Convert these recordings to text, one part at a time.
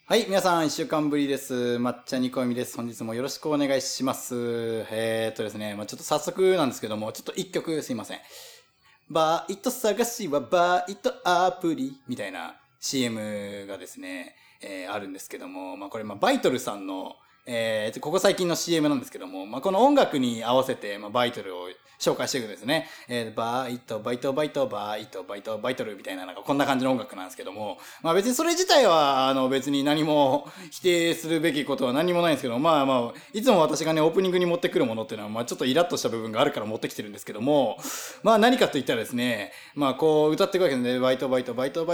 はい、皆さん、一週間ぶりです。抹茶煮込みです。本日もよろしくお願いします。ですね、ちょっと早速なんですけども、ちょっと一曲すいません。バイト探しはバイトアプリみたいな CM がですね、あるんですけども、これバイトルさんの、ここ最近の CM なんですけども、この音楽に合わせて、バイトルを紹介していくんですね。バイトルみたいな、こんな感じの音楽なんですけども、別にそれ自体は、別に何も否定するべきことは何もないんですけど、いつも私がね、オープニングに持ってくるものっていうのは、ちょっとイラッとした部分があるから持ってきてるんですけども、何かと言ったらですね、こう歌っていくわけですね。バイトル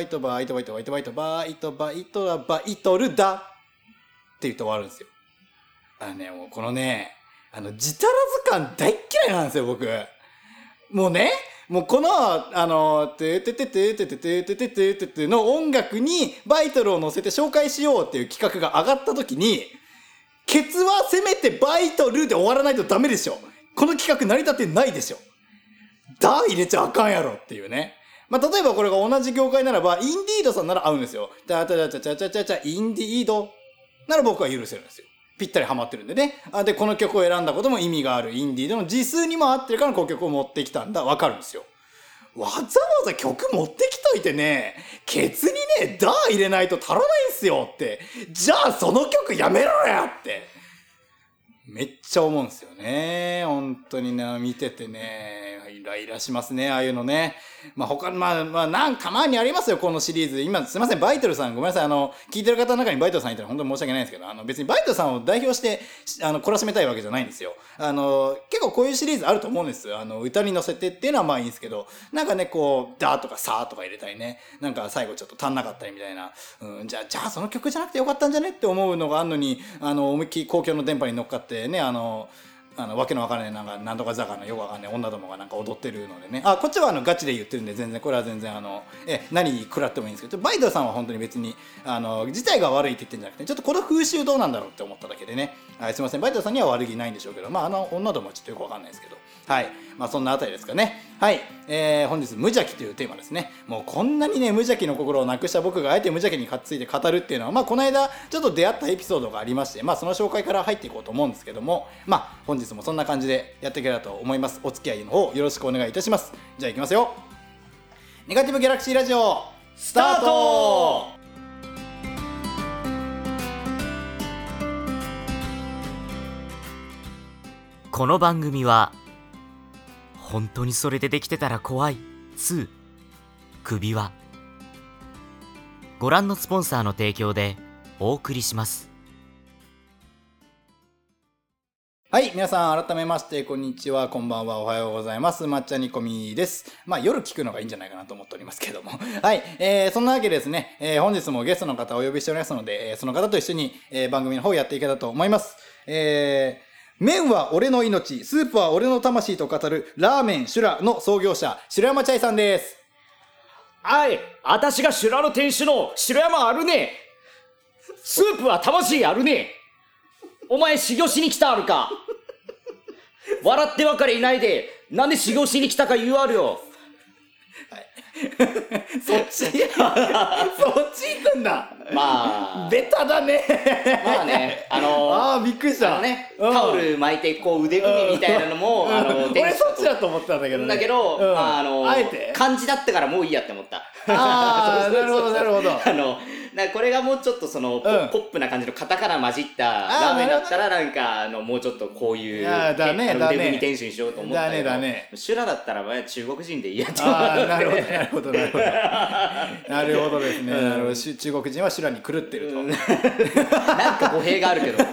だって言うと終わるんですよ。もうこのね、ジタラズ感大っ嫌いなんですよ、僕。もうね、もうこの、てててててててててててての音楽にバイトルを乗せて紹介しようっていう企画が上がった時に、ケツはせめてバイトルで終わらないとダメでしょ。この企画成り立ってないでしょ。だ入れちゃあかんやろっていうね。例えばこれが同じ業界ならば、インディードさんなら合うんですよ。インディードなら僕は許せるんですよ。ぴったりハマってるんでね。で、この曲を選んだことも意味がある。インディードの字数にも合ってるからこの曲を持ってきたんだ。わかるんですよ。わざわざ曲持ってきといてね、ケツにね、ダー入れないと足らないんすよって。じゃあその曲やめろやって。めっちゃ思うんですよね。本当にね、見ててね、イライラしますね、ああいうのね。他に、なんか前にありますよ、このシリーズ。今、すいません、バイトルさん、ごめんなさい、聞いてる方の中にバイトルさんいたら本当に申し訳ないんですけど、別にバイトルさんを代表して、懲らしめたいわけじゃないんですよ。結構こういうシリーズあると思うんです。歌に乗せてっていうのはまあいいんですけど、なんかね、こう、ダーとかサーとか入れたりね、なんか最後ちょっと足んなかったりみたいな、じゃあその曲じゃなくてよかったんじゃねって思うのがあるのに、思いっきり公共の電波に乗っかってね、わけのわからないなんとか坂のよくわかんない女どもがなんか踊ってるのでね。こっちはガチで言ってるんで全然、これは全然何食らってもいいんですけど、バイドルさんは本当に別に、自体が悪いって言ってるんじゃなくて、ちょっとこの風習どうなんだろうって思っただけでね。すいません、バイドルさんには悪気ないんでしょうけど、女どもはちょっとよくわかんないですけど。はい。そんなあたりですかね。はい。本日、無邪気というテーマですね。もうこんなにね、無邪気の心をなくした僕があえて無邪気について語るっていうのは、この間、ちょっと出会ったエピソードがありまして、その紹介から入っていこうと思うんですけども、本日もそんな感じでやっていければと思います。お付き合いの方、よろしくお願いいたします。じゃあ行きますよ。ネガティブギャラクシーラジオ、スタート。 この番組は本当にそれでできてたら怖い2首輪ご覧のスポンサーの提供でお送りします。 はい、皆さん改めましてこんにちは、こんばんは、おはようございます。抹茶煮込みです。夜聞くのがいいんじゃないかなと思っておりますけどもはい、そんなわけですね、本日もゲストの方をお呼びしておりますので、その方と一緒に、番組の方をやっていけたらと思います。麺は俺の命、スープは俺の魂と語るラーメンシュラの創業者、白山チャイさんです。 はい、私がシュラの店主の白山あるね。スープは魂あるね。お前修行しに来たあるか。笑ってばかりいないで、なんで修行しに来たか言うあるよ。 そっち行くんだ。ベタだね。びっくりした。 タオル巻いてこう腕組みみたいなのも俺そっちだと思ってたんだけどね。 あえて漢字だったからもういいやって思った。 なるほどなるほど。 これがもうちょっとポップな感じのカタカナ混じったラーメンだったらなんかもうちょっとこういう腕組み店主にしようと思ったけど、シュラだったら中国人でいいやって思った。 なるほどなるほどですね。中国人はシュラに狂ってると。 なんか語弊があるけど、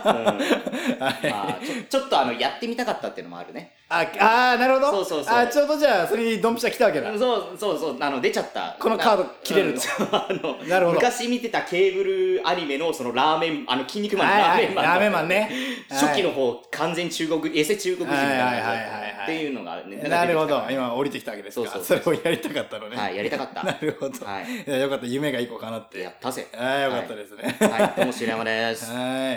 ちょっとやってみたかったっていうのもあるね。 なるほど。 そうちょうどじゃあそれにドンピシャ来たわけだ。 そう出ちゃった。 このカード切れると。なるほど。 昔見てたケーブルアニメのそのラーメン筋肉マンのラーメンマンね。 初期の方完全中国エセ中国人みたいなっていうのがね。 なるほど。今降りてきたわけですか。それをやりたかったのね。 はい、やりたかった。 なるほど。よかった、夢が一個叶って。 やったぜ。 よかったですね。 はい、どうも白山です。 はい。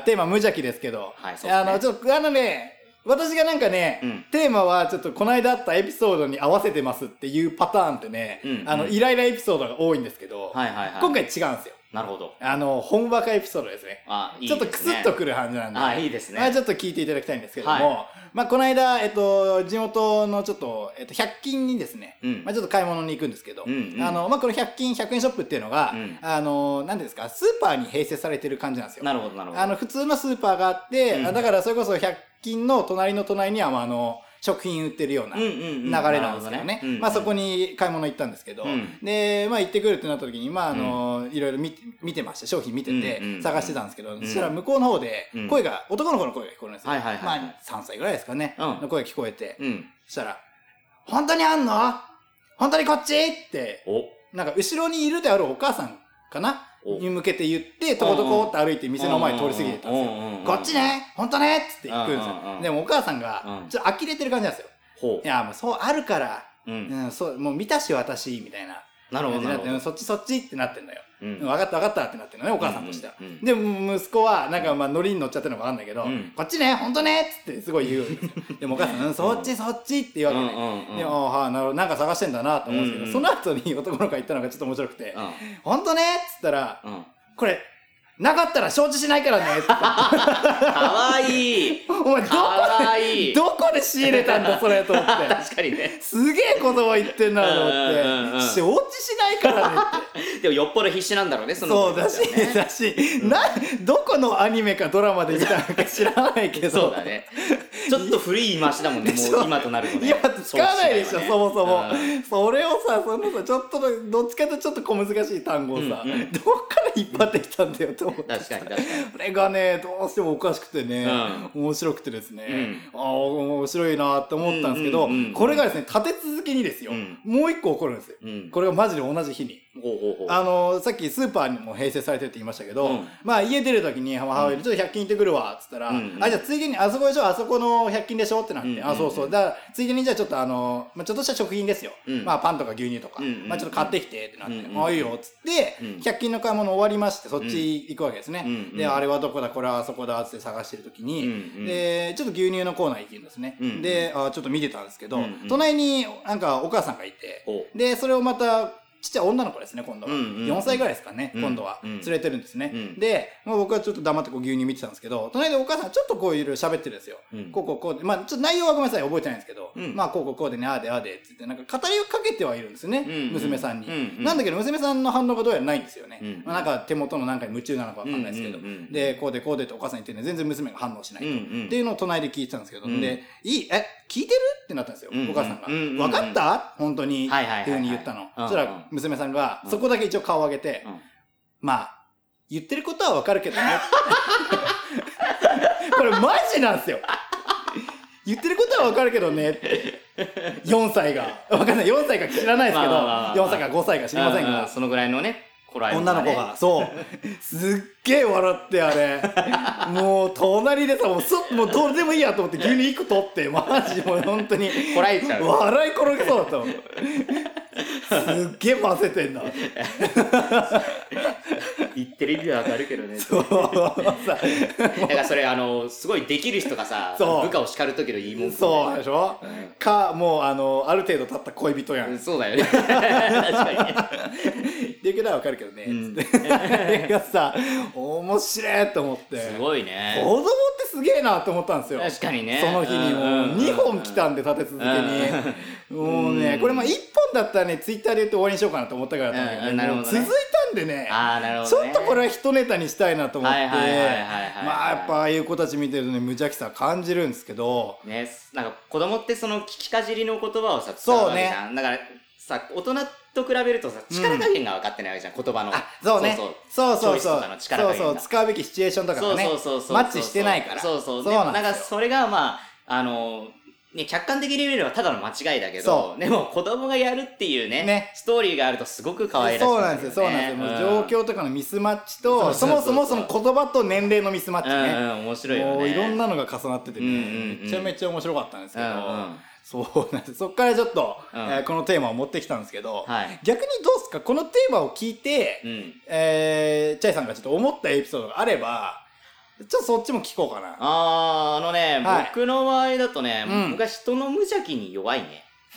テーマ無邪気ですけど、ちょっと私がなんかね、テーマはちょっとこの間あったエピソードに合わせてますっていうパターンってね、イライラエピソードが多いんですけど、今回違うんですよ。 なるほど。 ほんわかエピソードですね。 いいですね。 ちょっとクスッとくる感じなんで。 いいですね。 ちょっと聞いていただきたいんですけども、この間、地元のちょっと、100均にですね、ちょっと買い物に行くんですけど、この100均、100円ショップっていうのが、なんですか、スーパーに併設されてる感じなんですよ。 なるほど、なるほど。 普通のスーパーがあって、だからそれこそ100均の隣の隣には、食品売ってるような流れなんですけどね。そこに買い物行ったんですけど、で、行ってくるってなった時に、いろいろ見てまして、商品見てて、探してたんですけど、そしたら向こうの方で、男の子の声が聞こえるんですよ。3歳ぐらいですかね、の声が聞こえて、そしたら、本当にあんの？本当にこっちって、なんか後ろにいるであるお母さんかなに向けて言って、トコトコって歩いて店の前通り過ぎてたんですよ。こっちね本当ねっつって行くんですよ。でもお母さんが、ちょっと呆れてる感じなんですよ。いや、もうそうあるから、もう見たし私、みたいな。 なるほど。 そっちってなってんだよ。分かったってなってるのね、お母さんとしては。で、息子は、なんかノリに乗っちゃってるのかわかんないけど、こっちね本当ねっつってすごい言うんですよ。でもお母さん、そっちって言うわけね。でも、なるほど、なんか探してんだなと思うんですけど、その後に男の子が言ったのがちょっと面白くて、本当ねっつったら、これ、なかったら承知しないからねって。かわいい。 お前どこで仕入れたんだそれと思って。 確かにね。 すげえ言葉言ってんなと思って。承知しないからねって。 でもよっぽど必死なんだろうね、そのそうだし、どこのアニメかドラマで見たのか知らないけど。 そうだね。ちょっと古い言い回しだもんね、もう今となるとね。 今って使わないでしょ、そもそも。それをさ、ちょっと、どっちかというとちょっと小難しい単語をさ、どっから引っ張ってきたんだよと思って。 確かに。 これがね、どうしてもおかしくてね、面白くてですね、面白いなって思ったんですけど、これがですね、立て続けにですよ、もう一個起こるんですよ。これがマジで同じ日に。さっきスーパーにも併設されてるって言いましたけど、家出るときに母親にちょっと100均行ってくるわっつったら、じゃあついでにあそこでしょ、あそこの100均でしょってなって、そうだからついでにじゃあちょっとちょっとした食品ですよ、パンとか牛乳とか、ちょっと買ってきてってなって、いいよっつって100均の買い物終わりまして、そっち行くわけですね。で、あれはどこだこれはあそこだっつって探してるときに、でちょっと牛乳のコーナー行くんですね。で、ちょっと見てたんですけど、隣になんかお母さんがいて、でそれをまたちっちゃい女の子ですね、今度は。4歳ぐらいですかね、今度は。連れてるんですね。で、僕はちょっと黙って牛乳見てたんですけど、隣でお母さんちょっとこういろいろ喋ってるんですよ。こうで、ちょっと内容はごめんなさい、覚えてないんですけど、こうでね、ああで、つって、なんか語りをかけてはいるんですね、娘さんに。なんだけど、娘さんの反応がどうやらないんですよね。なんか手元のなんかに夢中なのかわかんないですけど、で、こうでってお母さん言ってね、全然娘が反応しないと。っていうのを隣で聞いてたんですけど、で、聞いてるってなったんですよ、お母さんが。わかった本当に。っていう風に言ったの。そしたら、娘さんが、そこだけ一応顔を上げて、言ってることはわかるけどね。これマジなんですよ。言ってることはわかるけどねって。4歳が。わかんない。4歳か知らないですけど、4歳か5歳か知りませんが。 そのぐらいのね、 女の子が。そう。すっげえ笑って、あれ。もう、隣でさ、もうどうでもいいやと思って牛乳1個取って、マジもう本当に。 こらえちゃう。 笑い転げそうだったもん。すっげえ混ぜてんな。 言ってる意味はわかるけどね。 そうさ。 だからそれすごいできる人がさ、部下を叱る時の言い文句。 そうでしょ。もうある程度経った恋人やん。 そうだよね。確かに。 っていうけどはわかるけどね。つって。あれがさ、面白いと思って。 すごいね。 子供ってすげえなと思ったんですよ。 確かにね。 その日にもう2本来たんで立て続けに。もうね、これ1本だったらね、ツイッターで言って終わりにしようかなと思ったからだったんだけど、続いたんでね、ちょっとこれは一ネタにしたいなと思って、やっぱああいう子たち見てるとね、無邪気さ感じるんですけど、 ね、なんか子供ってその聞きかじりの言葉をさ、使うわけじゃん。だからさ、大人と比べるとさ、力加減が分かってないわけじゃん、言葉の。 そうね。そう。 そう使うべきシチュエーションとかがね、マッチしてないから。 そう。でもなんかそれがね、客観的に見ればただの間違いだけど、でも子供がやるっていうね、ストーリーがあるとすごく可愛らしい。 そうなんですよ。状況とかのミスマッチと、そもそもその言葉と年齢のミスマッチね。 面白いよね。 もういろんなのが重なっててね、めちゃめちゃ面白かったんですけど、そうなんです。そっからちょっと、このテーマを持ってきたんですけど、逆にどうですか、このテーマを聞いて、チャイさんがちょっと思ったエピソードがあれば、ちょっとそっちも聞こうかな。 僕の場合だとね、僕は人の無邪気に弱いね。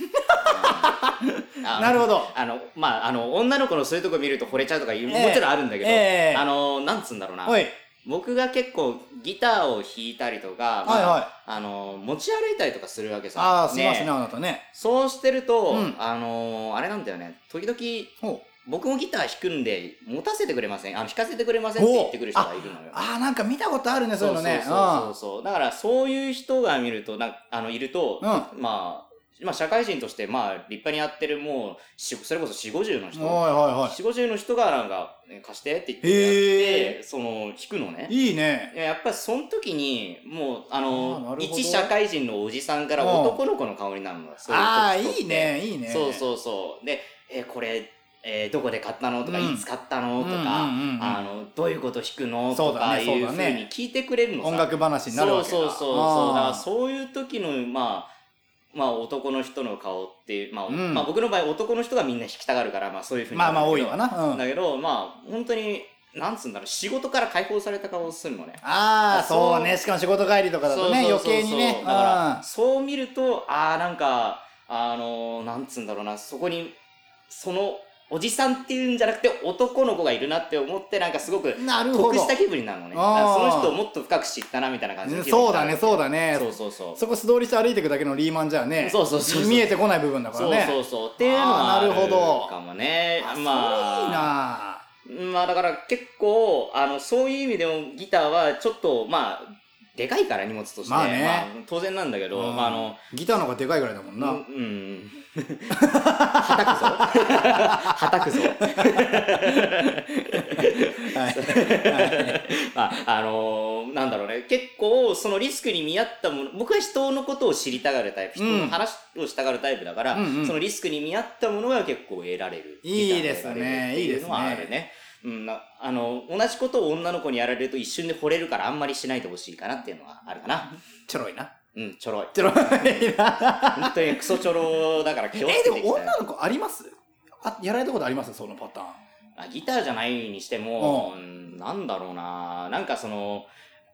なるほど。 まあ、女の子のそういうとこ見ると惚れちゃうとかもちろんあるんだけど、なんつうんだろうな。 はい。 僕が結構ギターを弾いたりとか、 はいはい持ち歩いたりとかするわけさ。 ああ、しますね、あなたね。 そうしてると、 うんあれなんだよね。時々、 ほう。 僕もギター弾くんで、持たせてくれません弾かせてくれませんって言ってくる人がいるのよ。 ああ、なんか見たことあるね、そういうのね。 そう。だからそういう人が見ると、いると、まあ、社会人として、まあ、立派にやってる、もう、それこそ4、50の人。 はいはいはい。 4、50の人が、なんか、貸してって言ってやって、弾くのね。 いいね。 やっぱりその時に、もう、一社社会人のおじさんから男の子の顔になるのよ。 ああ、いいね、いいね。 そう。で、これ、どこで買ったのとか、いつ買ったのとか、どういうこと弾くのとかいうふうに聞いてくれるのさ。 音楽話になるわけだ。 そう。だからそういう時の、まあ男の人の顔っていう、まあ僕の場合男の人がみんな弾きたがるから、まあそういうふうに。 まあ多いわな。 だけど、まあ本当に、なんつうんだろう、仕事から解放された顔をするのね。 ああ、そうね。しかも仕事帰りとかだとね、余計にね。 だから、そう見ると、なんか、なんつうんだろうな、そこに、その、おじさんっていうんじゃなくて男の子がいるなって思って、なんかすごく得した気分になるのね。その人をもっと深く知ったなみたいな感じで。 そうだね。そこ素通りして歩いていくだけのリーマンじゃね。見えてこない部分だからね。 っていうのはあるかもね。 まあ。 まあだから結構、そういう意味でもギターはちょっと、まあ、でかいから荷物として。まあ当然なんだけど、 ギターの方がでかいぐらいだもんな。 はたくぞ。なんだろうね。結構、そのリスクに見合ったもの、僕は人のことを知りたがるタイプ、人の話をしたがるタイプだから、そのリスクに見合ったものが結構得られる。 いいですね。 いいですね。あるね。同じことを女の子にやられると一瞬で惚れるからあんまりしないでほしいかなっていうのはあるかな。 ちょろいな。 ちょろい。 ちょろいな。 本当にクソちょろだから気をつけていきたい。 でも女の子あります？やられたことあります？そのパターン。 ギターじゃないにしても、なんだろうな。なんかその、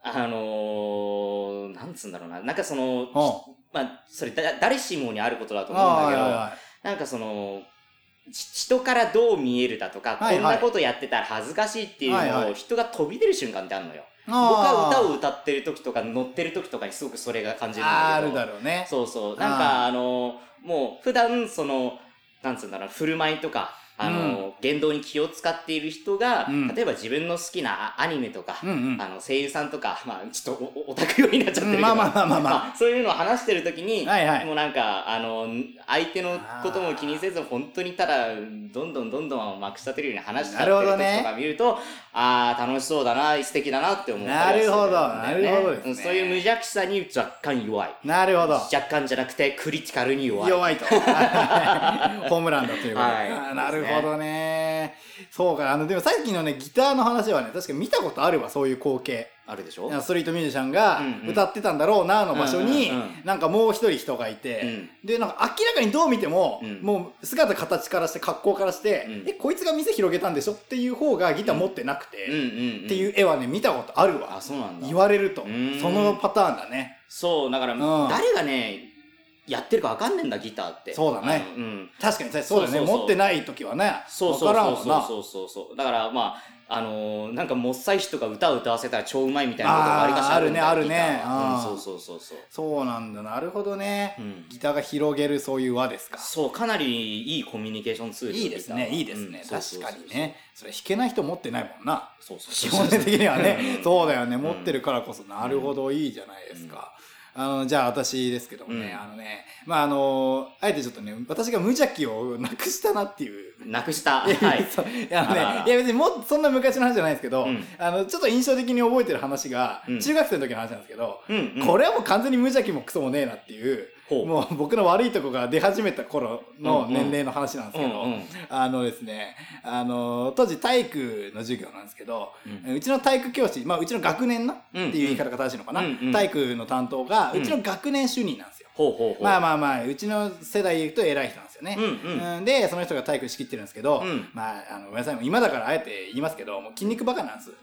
なんつうんだろうな。なんかその、まあ、それ誰しもにあることだと思うんだけど、なんかその、人からどう見えるだとか、こんなことやってたら恥ずかしいっていうのを人が飛び出る瞬間ってあるのよ。僕は歌を歌ってる時とか乗ってる時とかにすごくそれが感じるんだけど。 あるだろうね。 そう。なんかもう普段その、なんつうんだろう、振る舞いとか、言動に気を使っている人が、例えば自分の好きなアニメとか、声優さんとか、まあちょっとオタクようになっちゃってるけど、そういうのを話してる時に、もうなんか、相手のことも気にせず、本当にただ、どんどんまくし立てるように話しちゃってる時とか見ると、楽しそうだな、素敵だなって思ったりする。 なるほどですね。 そういう無邪気さに若干弱い。 なるほど。 若干じゃなくて、クリティカルに弱い。 弱いと。ホームランだということで。なるほどね。そうか。でもさっきのね、ギターの話はね、確か見たことあるわ、そういう光景。 あるでしょ？ ストリートミュージシャンが歌ってたんだろうなの場所に、なんかもう一人人がいて、で、なんか明らかにどう見ても、もう姿形からして格好からして、こいつが店広げたんでしょっていう方がギター持ってなくて、っていう絵はね、見たことあるわ。 そうなんだ。 言われると。そのパターンだね。 そう、だから、誰がね、やってるか分かんねえんだ、ギターって。 そうだね。確かにそうだね。持ってない時はね、分からんわな。 そう。だからまあ、なんかもっさい人が歌を歌わせたら超うまいみたいなことがありかしらあるね、あるね。 そう。 そうなんだ。なるほどね。ギターが広げるそういう輪ですか。 そう、かなりいいコミュニケーションツール。 いいですね。確かにね。それ弾けない人持ってないもんな。基本的にはね。そうだよね。持ってるからこそ、なるほど、いいじゃないですか。じゃあ私ですけどもね、まああえてちょっとね、私が無邪気をなくしたなっていう。 なくした。はい。 いや別にそんな昔の話じゃないですけど、ちょっと印象的に覚えてる話が、中学生の時の話なんですけど、これはもう完全に無邪気もクソもねえなっていう、もう僕の悪いとこが出始めた頃の年齢の話なんですけど、ですね、当時体育の授業なんですけど、うちの体育教師、まあうちの学年っていう言い方が正しいのかな、体育の担当がうちの学年主任なんですよ。まあうちの世代で言うと偉い人なんですよね。でその人が体育仕切ってるんですけど、まあごめんなさい、今だからあえて言いますけど、もう筋肉バカなんです。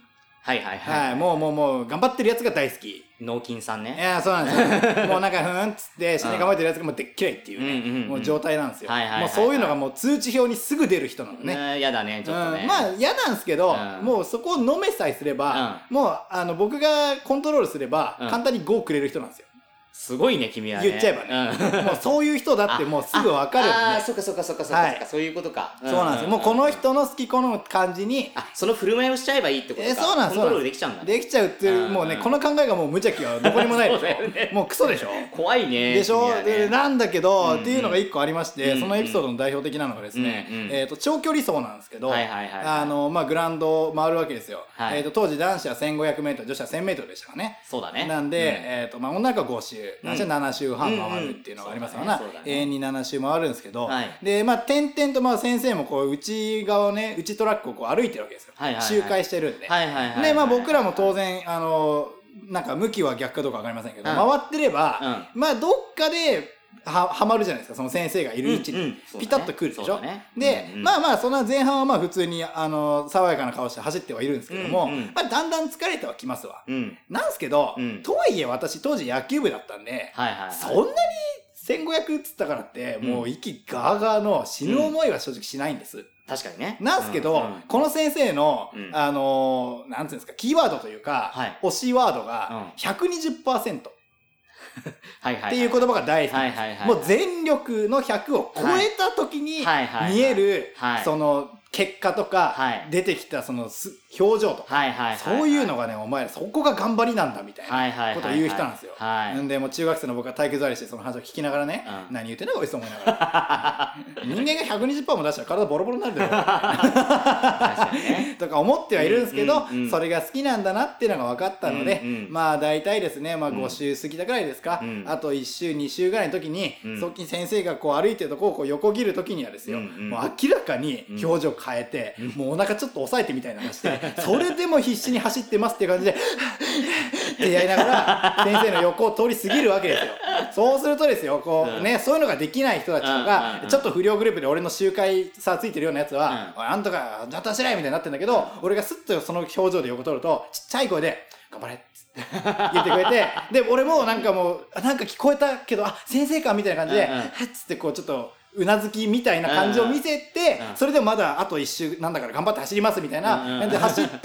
はいはいはい。 はい、もう頑張ってるやつが大好き。 脳筋さんいね。 や、そうなんですよ。もうなんか、ふーんっつって、死に構えてるやつがもうでっ嫌いっていうね、もう状態なんですよ。もうそういうのがもう通知表にすぐ出る人なのね。 やだね、ちょっとね。 まあ嫌なんですけど、もうそこを飲めさえすれば、もう僕がコントロールすれば、簡単に5くれる人なんですよ。 すごいね、君はね。 言っちゃえばね。もうそういう人だってもうすぐわかるんで。 ああ、そっかそっかそっかそっか、そういうことか。 そうなんですよ。もうこの人の好き好む感じに。 その振る舞いをしちゃえばいいってことか。 そうなんです。 コントロールできちゃうんだ。 できちゃうっていう、もうね、この考えがもう無邪気はどこにもないでしょ。もうクソでしょ。 怖いね。 でしょ。なんだけど、っていうのが一個ありまして、そのエピソードの代表的なのがですね、長距離走なんですけど、まあグラウンドを回るわけですよ。当時男子は 1500m、女子は 1000m でしたかね。 そうだね。 なんで、まあ女の子は5周、男子は7周半回るっていうのがありますから、永遠に7周回るんですけど、で、まあ点々とまあ先生もこう内側をね、内トラックをこう歩いてるわけですよ。周回してるんで。で、まあ僕らも当然、なんか向きは逆かどうかわかりませんけど、回ってれば、まあどっかではまるじゃないですか、その先生がいる位置にピタッとくるでしょ。で、まあまあそんな前半はまあ普通に爽やかな顔して走ってはいるんですけども、まあだんだん疲れてはきますわ。なんですけど、とはいえ私当時野球部だったんで、そんなに1500っつったからってもう息ガーガーの死ぬ思いは正直しないんです。確かにね。 なんですけど、この先生の、なんていうんですか、キーワードというか、推しワードが 120%。っていう言葉が大好きです。もう全力の100を超えた時に見える、その結果とか、出てきたその表情とか、そういうのがね、お前らそこが頑張りなんだみたいなことを言う人なんですよ。んで、もう中学生の僕は体育座りしてその話を聞きながらね、何言ってんのこいつと思いながら。人間が 120% も出したら体ボロボロになるだろ。とか思ってはいるんですけど、それが好きなんだなっていうのが分かったので、まあ大体ですね、まあ5周過ぎたぐらいですか、あと1周、2周ぐらいの時に、そっちに先生がこう歩いてるとこをこう横切る時にはですよ、もう明らかに表情変えて、もうお腹ちょっと押さえてみたいなのして、それでも必死に走ってますっていう感じでってやりながら先生の横を通り過ぎるわけですよ。そうするとですよ、こうね、そういうのができない人たちとか、ちょっと不良グループで俺の周回差ついてるようなやつは、おいあんたかじゃあ走れみたいになってんだけど、俺がスッとその表情で横通るとちっちゃい声で頑張れっつって言ってくれて、で俺もなんかもうなんか聞こえたけど、あ先生かみたいな感じではっつってこうちょっとうなずきみたいな感じを見せて、それでもまだあと一周なんだから頑張って走りますみたいな感じで走って、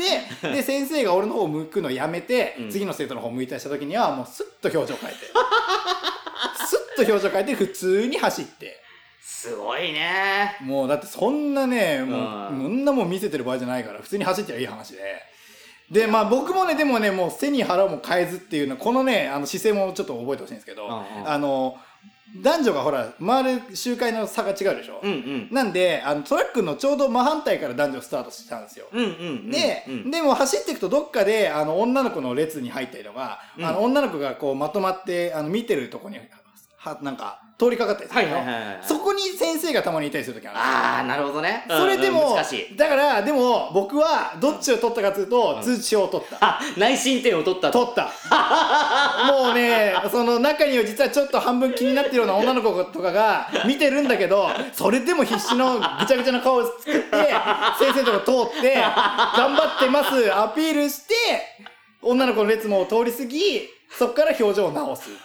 で先生が俺の方を向くのやめて、次の生徒の方向いたりした時にはもうスッと表情変えてスッと表情変えて普通に走って、 すごいね。 もうだってそんなね、もうそんなもん見せてる場合じゃないから普通に走ってりゃいい話で。まあ僕もね、でもね、もう背に腹も変えずっていうの、このね、姿勢もちょっと覚えてほしいんですけど、男女がほら、回る周回の差が違うでしょ。なんで、トラックのちょうど真反対から男女スタートしたんですよ。でも走っていくとどっかで、女の子の列に入ったりとか、女の子がこうまとまって、見てるとこに、なんか、通りかかったりするの。そこに先生がたまにいたりするときあるんですよ。 ああ、なるほどね。 それでも、だから、でも、僕はどっちを取ったかというと、通知表を取った。 内申点を取った。 取った。もうね、その中には実はちょっと半分気になってるような女の子とかが見てるんだけど、それでも必死のぐちゃぐちゃな顔を作って、先生のとこ通って、頑張ってますアピールして、女の子の列も通り過ぎ、そっから表情を直す。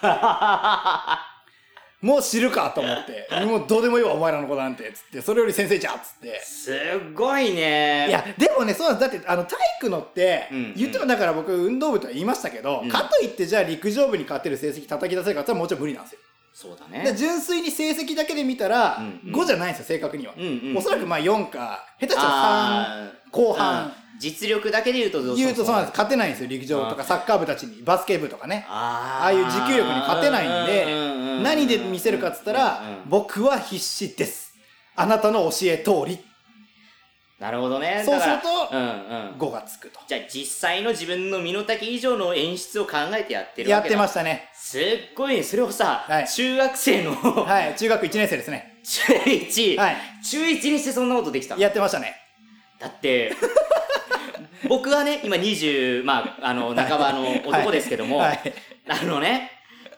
もう知るかと思って、もうどうでもいいわお前らの子なんてつって、それより先生じゃっつって。 すごいね。 いやでもね、そうなんです。だって体育のって、言ってもだから僕運動部とは言いましたけど、かといってじゃあ陸上部に勝てる成績叩き出せるかってもちろん無理なんですよ。 そうだね。 純粋に成績だけで見たら5じゃないんですよ、正確には。おそらくまあ4か下手したら3後半。 実力だけで言うとそうなんです。勝てないんですよ、陸上とかサッカー部たちに、バスケ部とかね、ああいう持久力に勝てないんで、何で見せるかっつったら、僕は必死です、あなたの教え通り。 なるほどね。 そうすると5がつくと。 じゃあ実際の自分の身の丈以上の演出を考えてやってるわけだ。 やってましたね。 すっごいね。それをさ、中学生の中学1年生ですね。 中1にしてそんなことできたの？ やってましたね。 だって僕はね今20半ばの男ですけども、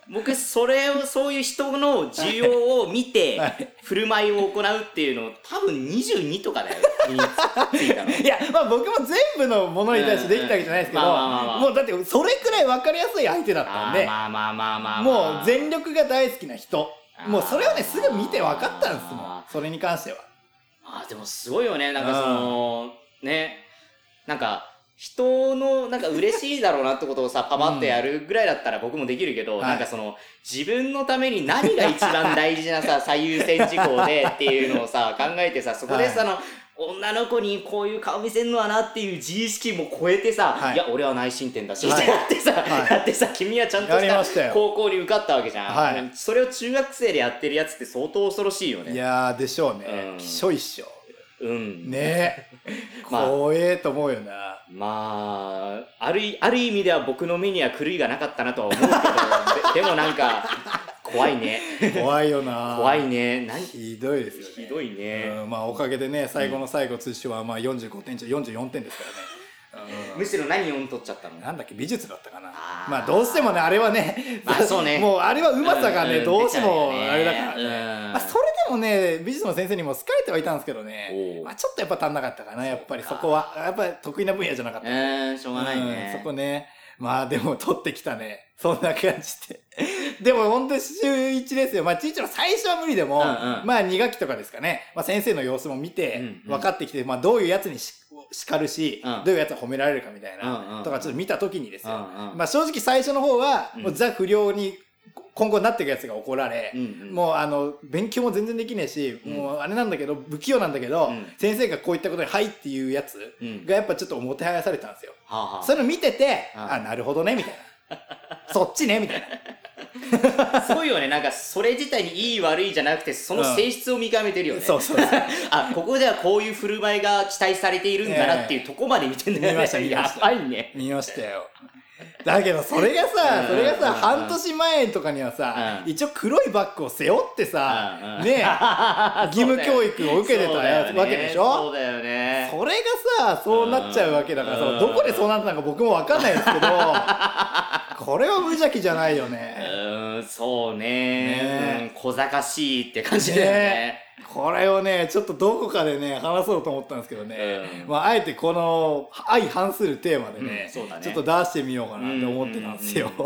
僕そういう人の需要を見て、 はい、 振る舞いを行うっていうの多分22とかだよ身についたの。 いやまあ僕も全部のものに対してできたわけじゃないですけど、もうだってそれくらい分かりやすい相手だったんで、もう全力が大好きな人、もうそれをねすぐ見て分かったんですもん、それに関しては。 でもすごいよね、なんかそのね、なんか人のなんか嬉しいだろうなってことをさパパッとやるぐらいだったら僕もできるけど、なんかその自分のために何が一番大事なさ最優先事項でっていうのをさ考えてさ、そこでさ、女の子にこういう顔見せんのはなっていう自意識も超えてさ、いや俺は内申点だしってやってさ、君はちゃんとした高校に受かったわけじゃん、それを中学生でやってるやつって相当恐ろしいよね。 いやーでしょうね、きしょいっしょねえ怖えと思うよな。 まあある意味では僕の目には狂いがなかったなとは思うけどでもなんか怖いね怖いよな怖いね、 ひどいですよね、 ひどいね、 まあおかげでね最後の最後通知はまあ45点中44点ですからね。 むしろ何4取っちゃったの？ なんだっけ、美術だったかな。まあどうしてもねあれはね、 そうね、 もうあれはうまさがねどうしてもあれだからね。まあそれでもね美術の先生にも好かれてはいたんですけどね、まあちょっとやっぱ足んなかったかな、やっぱりそこはやっぱり得意な分野じゃなかった。 しょうがないね。 そこね。まあでも取ってきたね。そんな感じで。でも本当に週1ですよ。まあちいちの最初は無理でも、まあ2学期とかですかね。まあ先生の様子も見て分かってきて、まあどういうやつに叱るし、どういうやつは褒められるかみたいな、とかちょっと見た時にですよ。まあ正直最初の方は、もうザ不良に今後なっていくやつが怒られ、もう勉強も全然できねえし、もうあれなんだけど、不器用なんだけど、先生がこういったことに、はいっていうやつがやっぱちょっともてはやされたんですよ。そういうの見てて、なるほどね、みたいな。そっちね、みたいな。 すごいよね、なんかそれ自体にいい悪いじゃなくて、その性質を見極めてるよね。 そうここではこういう振る舞いが期待されているんだなっていうとこまで見てんだよね。 見ました、見ました。 やばいね。 見ましたよ。だけどそれがさ、半年前とかにはさ、一応黒いバッグを背負ってさ、ね義務教育を受けてたわけでしょ。 そうだよね。 それがさ、そうなっちゃうわけだからさ、どこでそうなったのか僕もわかんないですけど、これは無邪気じゃないよね。 そうね。小賢しいって感じだよね。 これをねちょっとどこかでね話そうと思ったんですけどね、まああえてこの相反するテーマでね、ちょっと出してみようかなって思ってたんですよ。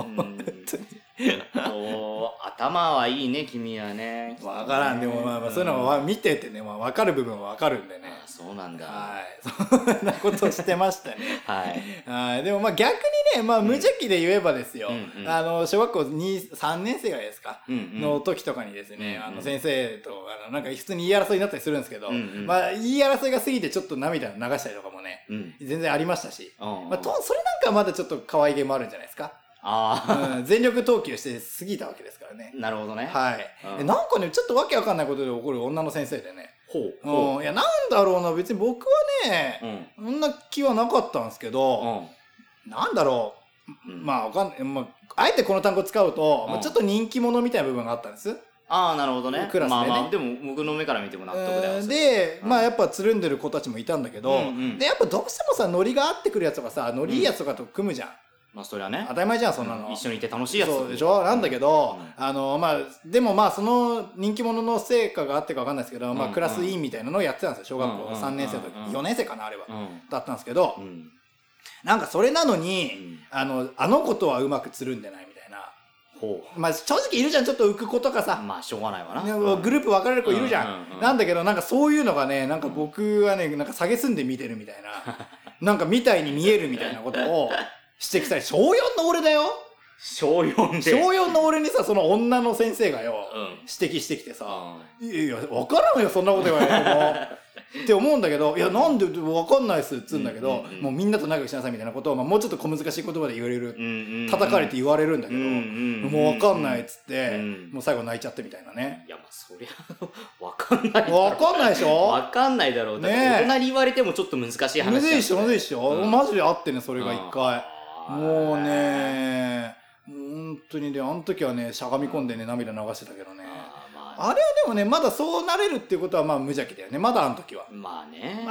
頭はいいね君はね。 分からん、でもまあそういうのは見ててね、分かる部分は分かるんでね。 そうなんだ。 そんなことしてましたね。はい。でもまあ逆にね、まあ無邪気で言えばですよ、小学校3年生ぐらいですかの時とかにですね、先生となんか普通に言い争いになったりするんですけど、まあ言い争いが過ぎてちょっと涙流したりとかもね、全然ありましたし、それなんかまだちょっと可愛げもあるんじゃないですか。全力投球して過ぎたわけですからね。 なるほどね。 はい。なんかねちょっとわけわかんないことで起こる女の先生でね。いやなんだろうな、別に僕はねそんな気はなかったんですけど、なんだろう、まあわかんない、まああえてこの単語使うとちょっと人気者みたいな部分があったんです。 なるほどね。 クラスでね。 まあでも僕の目から見ても納得だよ。 でまあやっぱつるんでる子たちもいたんだけど、でやっぱどうしてもさノリが合ってくるやつとかさ、ノリいいやつとかと組むじゃん。 まあそれはね当たり前じゃん、そんなの。 一緒にいて楽しいやつ。 そうでしょ。なんだけどまあでもまあその人気者の成果があってか分かんないですけど、まあクラス委員みたいなのをやってたんですよ、小学校3年生の時。4年生かなあれはだったんですけど、なんかそれなのにあの子とはうまくつるんでないみたいな。まあ正直いるじゃん、ちょっと浮く子とかさ、 まあしょうがないわな、 グループ分かれる子いるじゃん。なんだけどなんかそういうのがね、なんか僕はねなんか蔑んで見てるみたいななんかみたいに見えるみたいなことを指摘したり、小4の俺だよ。 小4で小4の俺にさ、その女の先生がよ、指摘してきてさ、いや分からんよそんなこと言われてもって思うんだけど、いやなんで分かんないっすっつうんだけど、もうみんなと仲良くしなさいみたいなことを、もうちょっと小難しい言葉で言われる、叩かれて言われるんだけど、もう分かんないっつって、もう最後泣いちゃってみたいなね。 いやまあそりゃ分かんないだろ。 分かんないでしょ。 分かんないだろう。だって大人に言われてもちょっと難しい話だ。 むずいっしょ、むずいっしょ。マジであってね、それが一回。もうね本当にね、あの時はねしゃがみ込んでね涙流してたけどね。あれはでもねまだそうなれるっていうことはまあ無邪気だよね、まだあの時は。 まあね、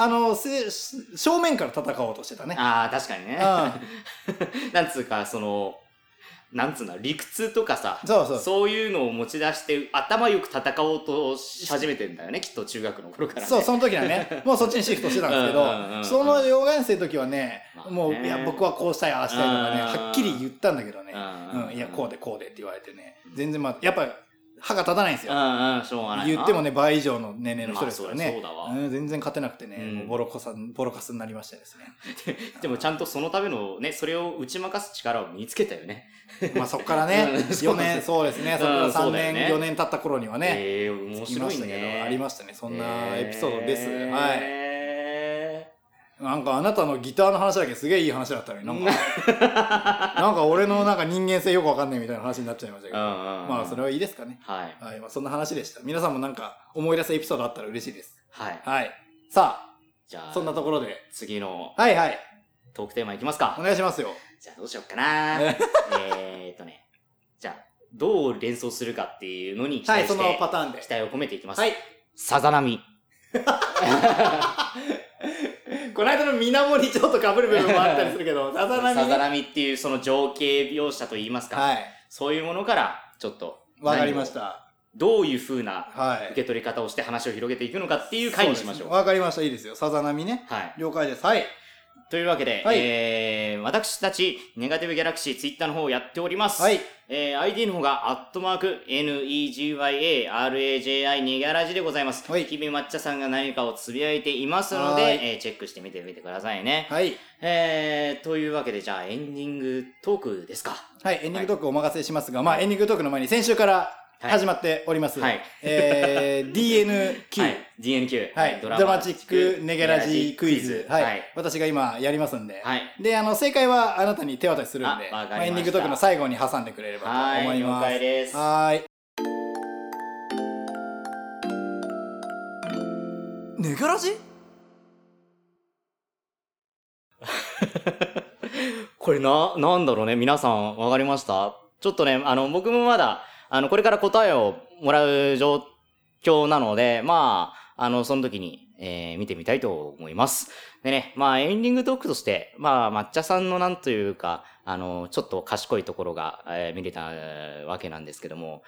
正面から戦おうとしてたね。 確かにねなんつうかそのなんつうの、理屈とかさ、 そういうのを持ち出して頭よく戦おうとし始めてんだよね、きっと中学の頃からね。 そう、その時はね、もうそっちにシフトしてたんですけど、その幼稚園生の時はね、もう、いや、僕はこうしたい、ああしたいとかね、はっきり言ったんだけどね、いや、こうでこうでって言われてね、全然やっぱ、歯が立たないんですよ。 しょうがない。 言ってもね、倍以上の年齢の人ですからね。 そうだわ。 全然勝てなくてね、もうボロカスになりましたですね。 でもちゃんとそのためのね、それを打ち負かす力を身につけたよね。 まあそっからね、4年、そうですね、そこから3年、4年経った頃にはね、 面白いね。 ありましたね、そんなエピソードです。はい。なんかあなたのギターの話だけすげえいい話だったのに、なんか俺のなんか人間性よくわかんないみたいな話になっちゃいましたけど、まあそれはいいですかね。 はい。 はい、まあそんな話でした。皆さんもなんか思い出すエピソードあったら嬉しいです。 はい。 はい。さあ、 じゃあ、 そんなところで。 次の、 はいはい。 トークテーマいきますか。 お願いしますよ。 じゃあどうしよっかなじゃあ、どう連想するかっていうのに期待して、 はい、そのパターンで。 期待を込めていきます。 はい。 さざ波。 この間の水面にちょっと被る部分もあったりするけど、さざ波。 さざ波っていうその情景描写といいますか、 はい、 そういうものからちょっとわかりました。 どういう風な受け取り方をして話を広げていくのかっていう回にしましょう。 わかりました。いいですよ。さざ波ね。 はい。 了解です。はい。 というわけで、 はい、 私たちネガティブギャラクシーツイッターの方をやっております。 はい。 ID の方が@NEGYARAJI ネギャラジでございます。 はい。 日々抹茶さんが何かをつぶやいていますので、チェックしてみてくださいね。 はい。 というわけで、じゃあエンディングトークですか。 はい、エンディングトークお任せしますが、まあエンディングトークの前に先週から始まっております。 はい。 DNQ。 はい。DNQ。 はい。ドラマチックネギャラジクイズ。はい。私が今やりますんで。 はい。 で、正解はあなたに手渡しするんで、 わかりました。 エンディングトークの最後に挟んでくれればと思います。 了解です。 はい。ネギャラジこれなんだろうね。皆さんわかりました？ちょっとね、僕もまだ、これから答えをもらう状況なので、まあ、その時に、見てみたいと思います。でね、まあ、エンディングトークとして、まあ、抹茶さんのなんというか、ちょっと賢いところが、見れたわけなんですけども、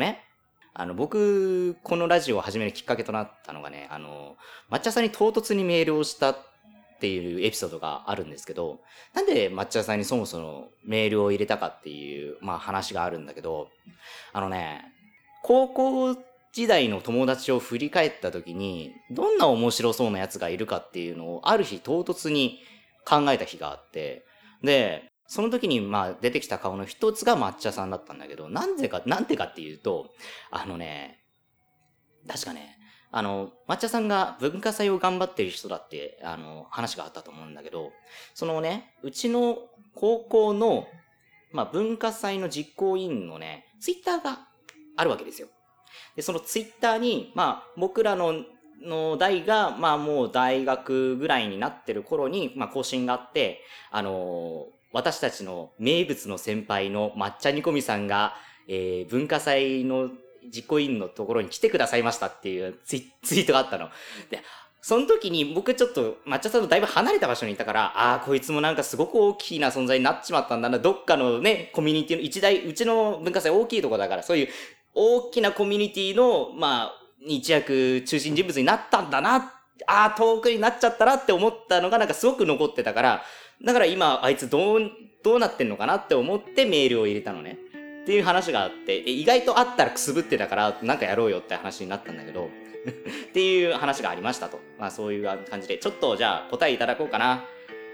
僕、このラジオを始めるきっかけとなったのがね、抹茶さんに唐突にメールをしたっていうエピソードがあるんですけど、なんで抹茶さんにそもそもメールを入れたかっていう、まあ話があるんだけど、高校時代の友達を振り返った時に、どんな面白そうなやつがいるかっていうのをある日唐突に考えた日があって、で、その時にまあ出てきた顔の一つが抹茶さんだったんだけど、なんでかっていうと、確かね、抹茶さんが文化祭を頑張ってる人だって、話があったと思うんだけど、そのね、うちの高校の、まあ、文化祭の実行委員のね、ツイッターがあるわけですよ。で、そのツイッターに、まあ、僕らの代が、まあ、もう大学ぐらいになってる頃に、まあ、更新があって、私たちの名物の先輩の抹茶煮込みさんが、文化祭の実行委員のところに来てくださいましたっていうツイートがあったの。で、その時に僕ちょっと抹茶さんとだいぶ離れた場所にいたから、こいつもなんかすごく大きな存在になっちまったんだな。どっかのね、コミュニティのうちの文化祭大きいとこだから、そういう大きなコミュニティの、まあ、一躍中心人物になったんだな。遠くになっちゃったなって思ったのがなんかすごく残ってたから、だから今あいつどうなってんのかなって思ってメールを入れたのね。っていう話があって、意外とあったらくすぶってたからなんかやろうよって話になったんだけどっていう話がありましたと。まあそういう感じで、ちょっとじゃあ答えいただこうかな。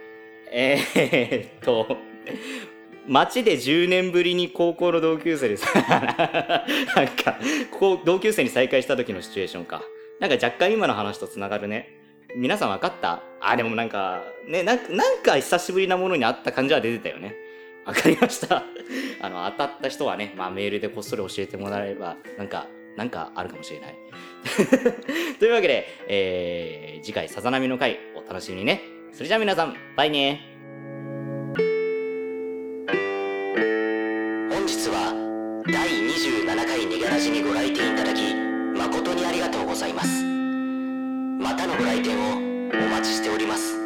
街で10年ぶりに高校の同級生ですなんか同級生に再会した時のシチュエーションか。なんか若干今の話とつながるね。皆さん分かった？でもなんかね、なんか久しぶりなものに会った感じは出てたよね。わかりました。当たった人はね、まあメールでこっそり教えてもらえれば、なんかあるかもしれない。というわけで、次回さざ波の回お楽しみにね。それじゃあ皆さん、バイね。 本日は第27回ネギャラジにご来店いただき、誠にありがとうございます。またのご来店をお待ちしております。